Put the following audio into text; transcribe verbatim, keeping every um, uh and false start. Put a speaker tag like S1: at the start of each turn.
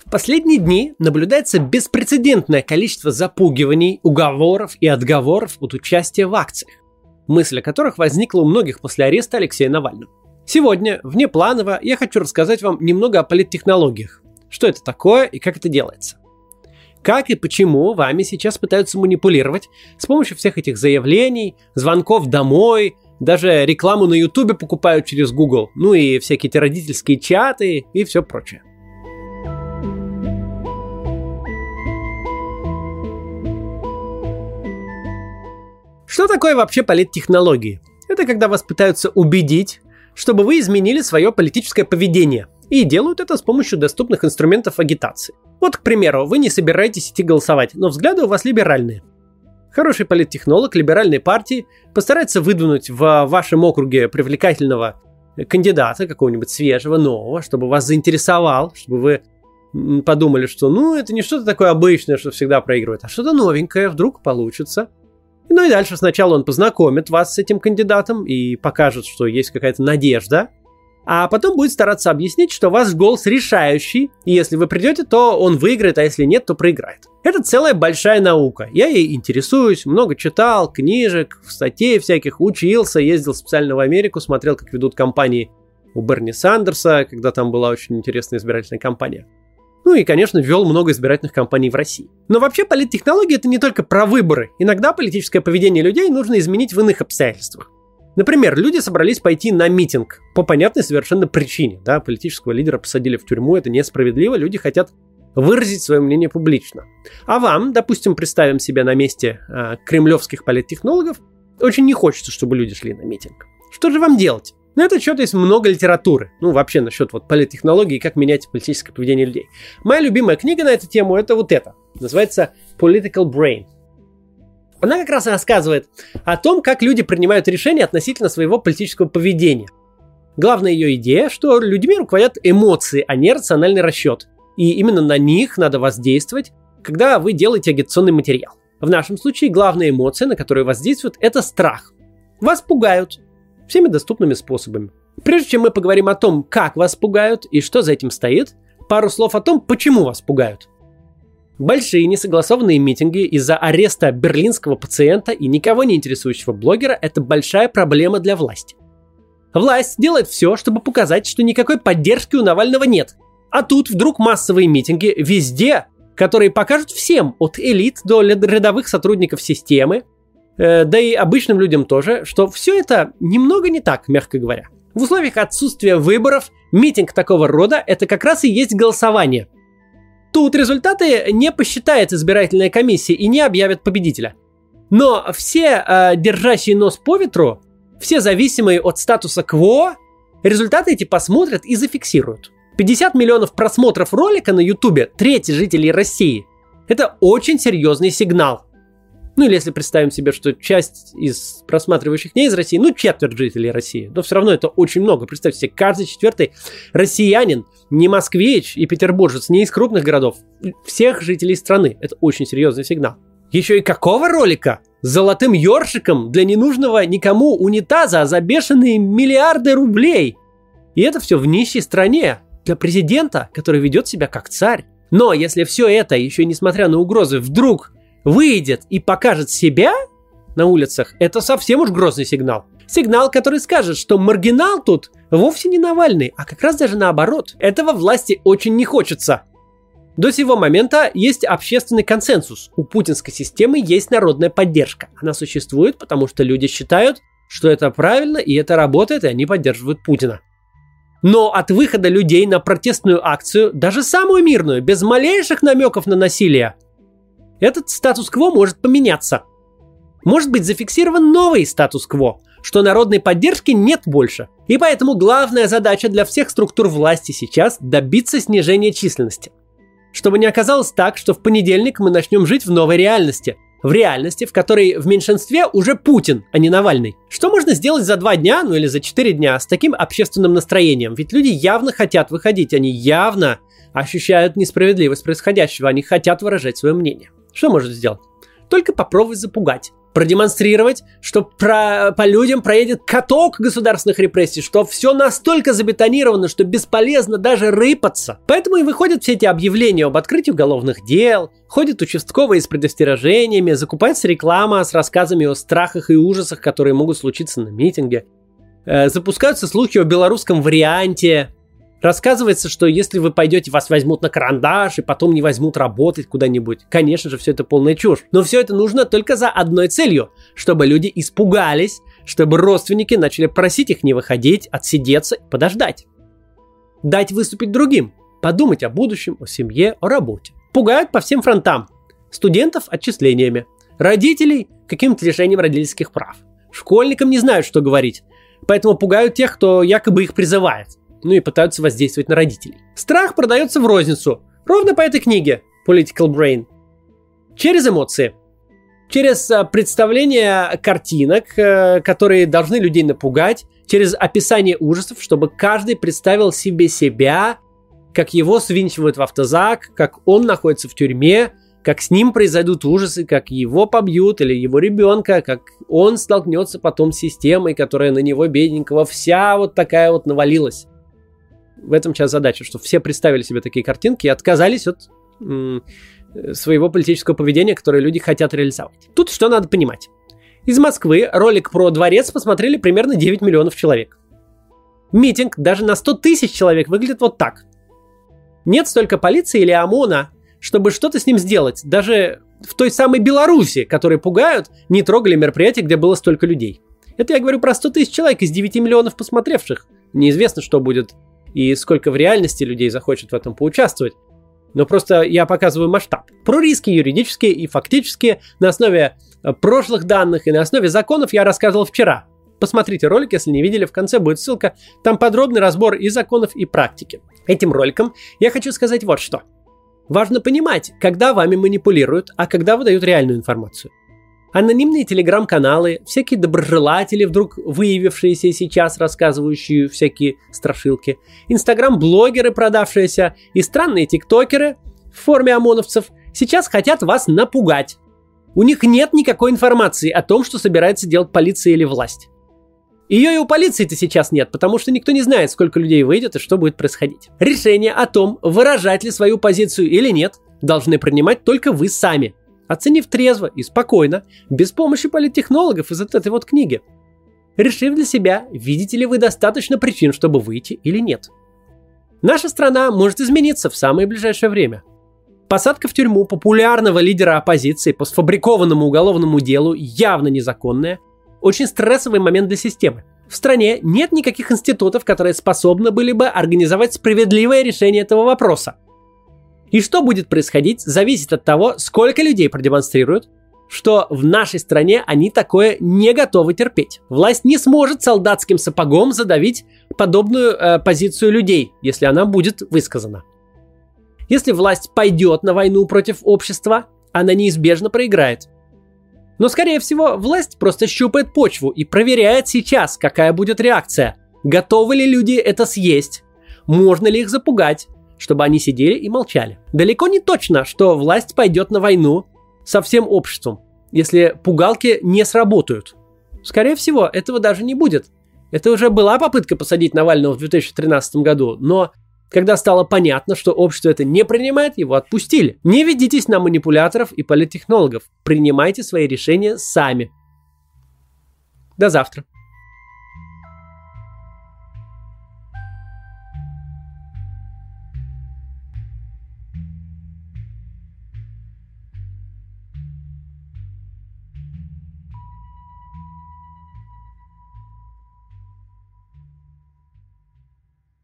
S1: В последние дни наблюдается беспрецедентное количество запугиваний, уговоров и отговоров от участия в акциях, мысль о которых возникла у многих после ареста Алексея Навального. Сегодня, внепланово, я хочу рассказать вам немного о политтехнологиях. Что это такое и как это делается. Как и почему вами сейчас пытаются манипулировать с помощью всех этих заявлений, звонков домой, даже рекламу на Ютубе покупают через Google, ну и всякие эти родительские чаты и все прочее. Что такое вообще политтехнологии? Это когда вас пытаются убедить, чтобы вы изменили свое политическое поведение. И делают это с помощью доступных инструментов агитации. Вот, к примеру, вы не собираетесь идти голосовать, но взгляды у вас либеральные. Хороший политтехнолог либеральной партии постарается выдвинуть в вашем округе привлекательного кандидата, какого-нибудь свежего, нового, чтобы вас заинтересовал, чтобы вы подумали, что ну это не что-то такое обычное, что всегда проигрывает, а что-то новенькое, вдруг получится. Ну и дальше сначала он познакомит вас с этим кандидатом и покажет, что есть какая-то надежда, а потом будет стараться объяснить, что ваш голос решающий, и если вы придете, то он выиграет, а если нет, то проиграет. Это целая большая наука. Я ей интересуюсь, много читал, книжек, статей всяких, учился, ездил специально в Америку, смотрел, как ведут кампании у Берни Сандерса, когда там была очень интересная избирательная кампания. Ну и, конечно, вел много избирательных кампаний в России. Но вообще политтехнология — это не только про выборы. Иногда политическое поведение людей нужно изменить в иных обстоятельствах. Например, люди собрались пойти на митинг по понятной совершенно причине. Да, политического лидера посадили в тюрьму, это несправедливо, люди хотят выразить свое мнение публично. А вам, допустим, представим себя на месте э, кремлевских политтехнологов, очень не хочется, чтобы люди шли на митинг. Что же вам делать? На этот счет есть много литературы. Ну, вообще, насчет вот политтехнологии и как менять политическое поведение людей. Моя любимая книга на эту тему — это вот эта. Называется Political Brain. Она как раз рассказывает о том, как люди принимают решения относительно своего политического поведения. Главная ее идея, что людьми руководят эмоции, а не рациональный расчет. И именно на них надо воздействовать, когда вы делаете агитационный материал. В нашем случае главная эмоция, на которую воздействует, это страх. Вас пугают всеми доступными способами. Прежде чем мы поговорим о том, как вас пугают и что за этим стоит, пару слов о том, почему вас пугают. Большие несогласованные митинги из-за ареста берлинского пациента и никого не интересующего блогера – это большая проблема для власти. Власть делает все, чтобы показать, что никакой поддержки у Навального нет. А тут вдруг массовые митинги везде, которые покажут всем, от элит до рядовых сотрудников системы, э, да и обычным людям тоже, что все это немного не так, мягко говоря. В условиях отсутствия выборов митинг такого рода – это как раз и есть голосование. Тут результаты не посчитает избирательная комиссия и не объявят победителя. Но все, э, держащие нос по ветру, все зависимые от статуса кво, результаты эти посмотрят и зафиксируют. пятьдесят миллионов просмотров ролика на Ютубе, треть жителей России. Это очень серьезный сигнал. Ну или если представим себе, что часть из просматривающих не из России, ну четверть жителей России, но все равно это очень много. Представьте себе, каждый четвертый россиянин, не москвич и петербуржец, не из крупных городов, всех жителей страны. Это очень серьезный сигнал. Еще и какого ролика? С золотым ёршиком для ненужного никому унитаза за бешеные миллиарды рублей. И это все в нищей стране, для президента, который ведет себя как царь. Но если все это, еще несмотря на угрозы, вдруг выйдет и покажет себя на улицах, это совсем уж грозный сигнал. Сигнал, который скажет, что маргинал тут вовсе не Навальный, а как раз даже наоборот. Этого власти очень не хочется. До сего момента есть общественный консенсус. У путинской системы есть народная поддержка. Она существует, потому что люди считают, что это правильно, и это работает, и они поддерживают Путина. Но от выхода людей на протестную акцию, даже самую мирную, без малейших намеков на насилие, этот статус-кво может поменяться. Может быть зафиксирован новый статус-кво, что народной поддержки нет больше. И поэтому главная задача для всех структур власти сейчас – добиться снижения численности. Чтобы не оказалось так, что в понедельник мы начнем жить в новой реальности. В реальности, в которой в меньшинстве уже Путин, а не Навальный. Что можно сделать за два дня, ну или за четыре дня с таким общественным настроением? Ведь люди явно хотят выходить, они явно ощущают несправедливость происходящего, они хотят выражать свое мнение. Что можно сделать? Только попробовать запугать. Продемонстрировать, что про, по людям проедет каток государственных репрессий, что все настолько забетонировано, что бесполезно даже рыпаться. Поэтому и выходят все эти объявления об открытии уголовных дел, ходят участковые с предостережениями, закупается реклама с рассказами о страхах и ужасах, которые могут случиться на митинге. Э, запускаются слухи о белорусском варианте. Рассказывается, что если вы пойдете, вас возьмут на карандаш и потом не возьмут работать куда-нибудь. Конечно же, все это полная чушь. Но все это нужно только за одной целью. Чтобы люди испугались, чтобы родственники начали просить их не выходить, отсидеться и подождать. Дать выступить другим. Подумать о будущем, о семье, о работе. Пугают по всем фронтам. Студентов отчислениями. Родителей каким-то лишением родительских прав. Школьникам не знают, что говорить. Поэтому пугают тех, кто якобы их призывает. Ну и пытаются воздействовать на родителей. Страх продается в розницу. Ровно по этой книге Political Brain. Через эмоции. Через а, представление картинок, а, которые должны людей напугать. Через описание ужасов, чтобы каждый представил себе себя, как его свинчивают в автозак, как он находится в тюрьме, как с ним произойдут ужасы, как его побьют или его ребенка, как он столкнется потом с системой, которая на него, бедненького, вся вот такая вот навалилась. В этом сейчас задача, что все представили себе такие картинки и отказались от м- своего политического поведения, которое люди хотят реализовать. Тут что надо понимать. Из Москвы ролик про дворец посмотрели примерно девять миллионов человек. Митинг даже на сто тысяч человек выглядит вот так. Нет столько полиции или ОМОНа, чтобы что-то с ним сделать. Даже в той самой Беларуси, которые пугают, не трогали мероприятие, где было столько людей. Это я говорю про сто тысяч человек из девяти миллионов посмотревших. Неизвестно, что будет и сколько в реальности людей захочет в этом поучаствовать. Но просто я показываю масштаб. Про риски юридические и фактические на основе прошлых данных и на основе законов я рассказывал вчера. Посмотрите ролик, если не видели, в конце будет ссылка. Там подробный разбор и законов, и практики. Этим роликом я хочу сказать вот что. Важно понимать, когда вами манипулируют, а когда выдают реальную информацию. Анонимные телеграм-каналы, всякие доброжелатели, вдруг выявившиеся сейчас, рассказывающие всякие страшилки, инстаграм-блогеры, продавшиеся, и странные тиктокеры в форме ОМОНовцев сейчас хотят вас напугать. У них нет никакой информации о том, что собирается делать полиция или власть. Ее и у полиции-то сейчас нет, потому что никто не знает, сколько людей выйдет и что будет происходить. Решение о том, выражать ли свою позицию или нет, должны принимать только вы сами. Оценив трезво и спокойно, без помощи политтехнологов из этой вот книги. Решив для себя, видите ли вы достаточно причин, чтобы выйти или нет. Наша страна может измениться в самое ближайшее время. Посадка в тюрьму популярного лидера оппозиции по сфабрикованному уголовному делу явно незаконная, очень стрессовый момент для системы. В стране нет никаких институтов, которые способны были бы организовать справедливое решение этого вопроса. И что будет происходить, зависит от того, сколько людей продемонстрируют, что в нашей стране они такое не готовы терпеть. Власть не сможет солдатским сапогом задавить подобную э, позицию людей, если она будет высказана. Если власть пойдет на войну против общества, она неизбежно проиграет. Но, скорее всего, власть просто щупает почву и проверяет сейчас, какая будет реакция. Готовы ли люди это съесть? Можно ли их запугать? Чтобы они сидели и молчали. Далеко не точно, что власть пойдет на войну со всем обществом, если пугалки не сработают. Скорее всего, этого даже не будет. Это уже была попытка посадить Навального в две тысячи тринадцатом году, но когда стало понятно, что общество это не принимает, его отпустили. Не ведитесь на манипуляторов и политтехнологов. Принимайте свои решения сами. До завтра.